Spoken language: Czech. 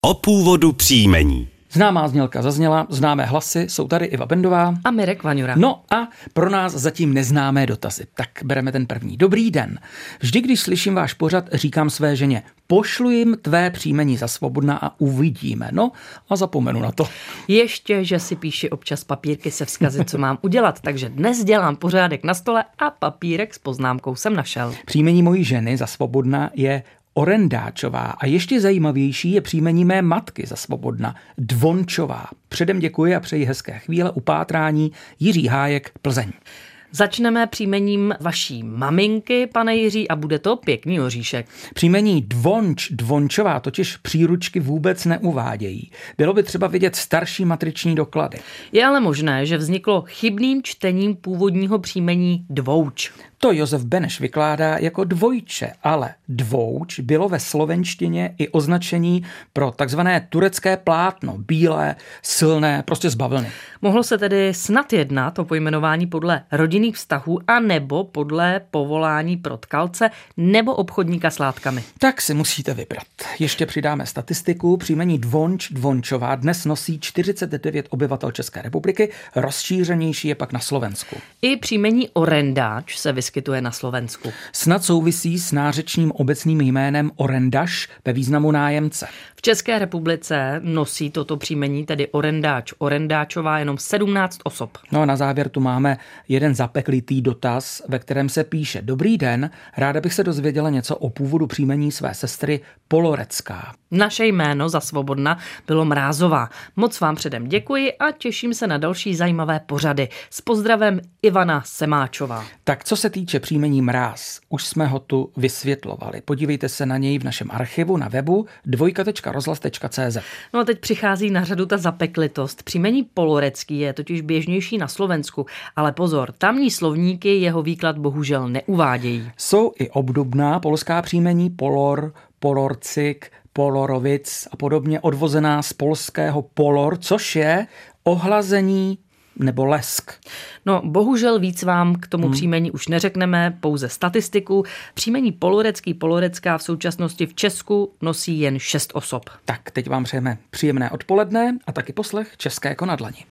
O původu příjmení. Známá znělka zazněla, známé hlasy, jsou tady Iva Bendová a Mirek Vaňura. No a pro nás zatím neznámé dotazy. Tak bereme ten první. Dobrý den. Vždy, když slyším váš pořad, říkám své ženě, pošlu jim tvé příjmení za Svobodna a uvidíme. No a zapomenu na to. Ještě, že si píši občas papírky se vzkazy, co mám udělat, takže dnes dělám pořádek na stole a papírek s poznámkou jsem našel. Příjmení mojí ženy za Svobodna je Orendáčová a ještě zajímavější je příjmení mé matky za Svobodna, Dvončová. Předem děkuji a přeji hezké chvíle u pátrání. Jiří Hájek, Plzeň. Začneme příjmením vaší maminky, pane Jiří, a bude to pěkný oříšek. Příjmení Dvončová totiž příručky vůbec neuvádějí. Bylo by třeba vidět starší matriční doklady. Je ale možné, že vzniklo chybným čtením původního příjmení Dvouč. To Josef Beneš vykládá jako dvojče, ale dvouč bylo ve slovenštině i označení pro takzvané turecké plátno, bílé, silné, prostě z bavlny. Mohlo se tedy snad jednat o pojmenování podle rodinných vztahů a nebo podle povolání pro tkalce nebo obchodníka s látkami. Tak si musíte vybrat. Ještě přidáme statistiku. Příjmení Dvončová dnes nosí 49 obyvatel České republiky, rozšířenější je pak na Slovensku. I příjmení Orendáč se vyskytuje na Slovensku. Snad souvisí s nářečním obecným jménem Orendaš ve významu nájemce. V České republice nosí toto příjmení, tedy Orendáč, Orendáčová, jenom 17 osob. No a na závěr tu máme jeden zapeklitý dotaz, ve kterém se píše: Dobrý den, ráda bych se dozvěděla něco o původu příjmení své sestry Polorecká. Naše jméno za Svobodna bylo Mrázová. Moc vám předem děkuji a těším se na další zajímavé pořady. S pozdravem Ivana Semáčová. Tak co se týče příjmení Mráz, už jsme ho tu vysvětlovali. Podívejte se na něj v našem archivu na webu dvojka.rozhlas.cz. No a teď přichází na řadu ta zapeklitost. Příjmení Polorecký je totiž běžnější na Slovensku, ale pozor, tamní slovníky jeho výklad bohužel neuvádějí. Jsou i obdobná polská příjmení Polor, Polorcik, Polorovic a podobně odvozená z polského polor, což je ohlazení nebo lesk. No, bohužel víc vám k tomu příjmení už neřekneme, pouze statistiku. Příjmení Polorecký, Polorecká v současnosti v Česku nosí jen 6 osob. Tak teď vám přejeme příjemné odpoledne a taky poslech České konadlani.